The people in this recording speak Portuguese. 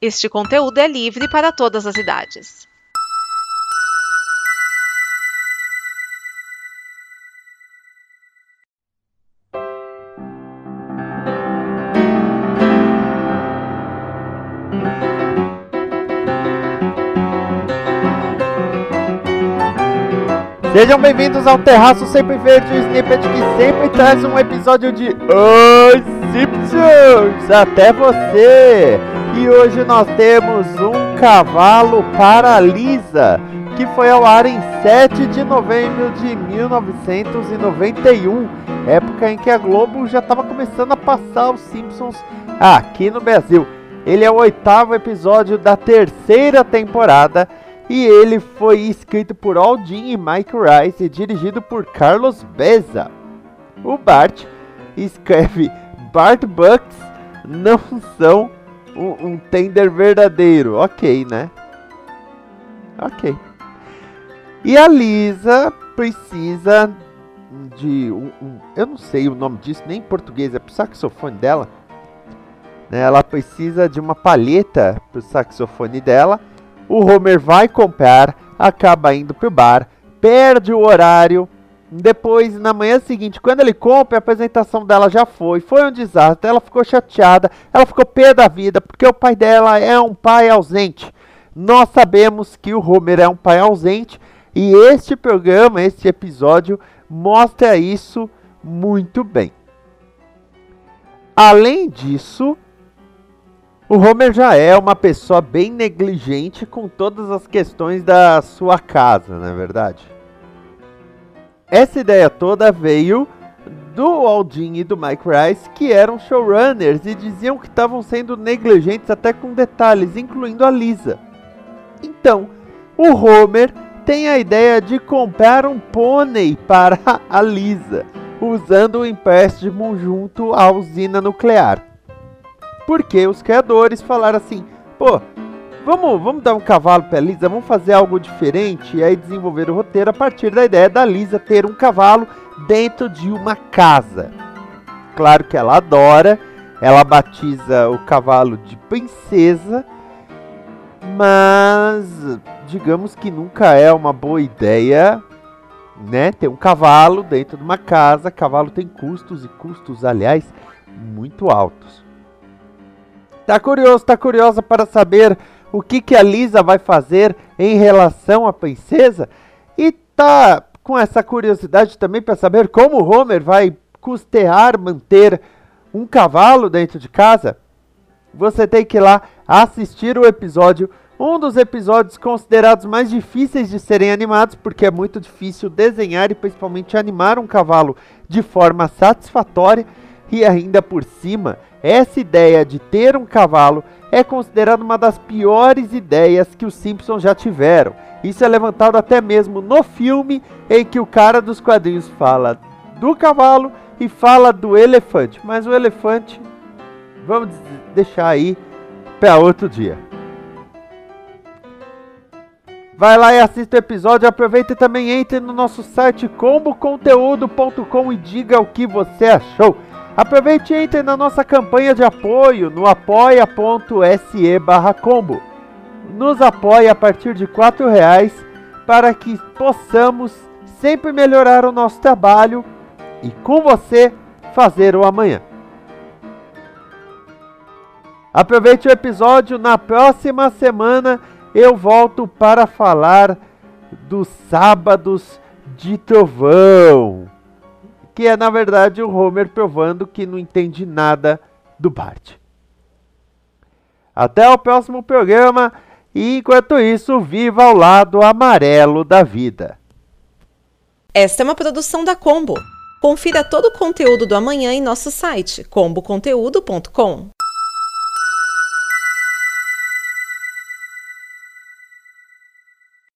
Este conteúdo é livre para todas as idades. Sejam bem-vindos ao Terraço Sempre Verde, o snippet que sempre traz um episódio de Os Simpsons até você. E hoje nós temos um cavalo para Lisa, que foi ao ar em 7 de novembro de 1991, época em que a Globo já estava começando a passar os Simpsons aqui no Brasil. Ele é o 8º episódio da 3ª temporada. E ele foi escrito por Al Jean e Mike Rice e dirigido por Carlos Beza. O Bart escreve: Bart Bucks não são um tender verdadeiro. Ok, né? Ok. E a Lisa precisa de eu não sei o nome disso, nem em português, é pro saxofone dela. Ela precisa de uma palheta pro saxofone dela. O Homer vai comprar, acaba indo pro bar, perde o horário. Depois, na manhã seguinte, quando ele compra, a apresentação dela já foi um desastre. Ela ficou chateada, ela ficou pé da vida, porque o pai dela é um pai ausente. Nós sabemos que o Homer é um pai ausente, e este programa, este episódio, mostra isso muito bem. Além disso, o Homer já é uma pessoa bem negligente com todas as questões da sua casa, não é verdade? Essa ideia toda veio do Al Jean e do Mike Rice, que eram showrunners e diziam que estavam sendo negligentes até com detalhes, incluindo a Lisa. Então, o Homer tem a ideia de comprar um pônei para a Lisa, usando o empréstimo junto à usina nuclear. Porque os criadores falaram assim: pô, vamos dar um cavalo pra Lisa, vamos fazer algo diferente. E aí desenvolver o roteiro a partir da ideia da Lisa ter um cavalo dentro de uma casa. Claro que ela adora, ela batiza o cavalo de princesa, mas digamos que nunca é uma boa ideia, né, ter um cavalo dentro de uma casa. Cavalo tem custos, e custos, aliás, muito altos. Tá curiosa para saber o que a Lisa vai fazer em relação à princesa? E tá com essa curiosidade também para saber como o Homer vai custear manter um cavalo dentro de casa? Você tem que ir lá assistir o episódio, um dos episódios considerados mais difíceis de serem animados, porque é muito difícil desenhar e principalmente animar um cavalo de forma satisfatória. E ainda por cima, essa ideia de ter um cavalo é considerada uma das piores ideias que os Simpsons já tiveram. Isso é levantado até mesmo no filme, em que o cara dos quadrinhos fala do cavalo e fala do elefante. Mas o elefante, vamos deixar aí para outro dia. Vai lá e assista o episódio, aproveita e também entre no nosso site comboconteúdo.com e diga o que você achou. Aproveite e entre na nossa campanha de apoio no apoia.se/combo. Nos apoie a partir de R$4 para que possamos sempre melhorar o nosso trabalho e com você fazer o amanhã. Aproveite o episódio, na próxima semana eu volto para falar dos sábados de trovão, que é na verdade o Homer provando que não entende nada do Bart. Até o próximo programa e enquanto isso, viva ao lado amarelo da vida. Esta é uma produção da Combo. Confira todo o conteúdo do amanhã em nosso site comboconteúdo.com.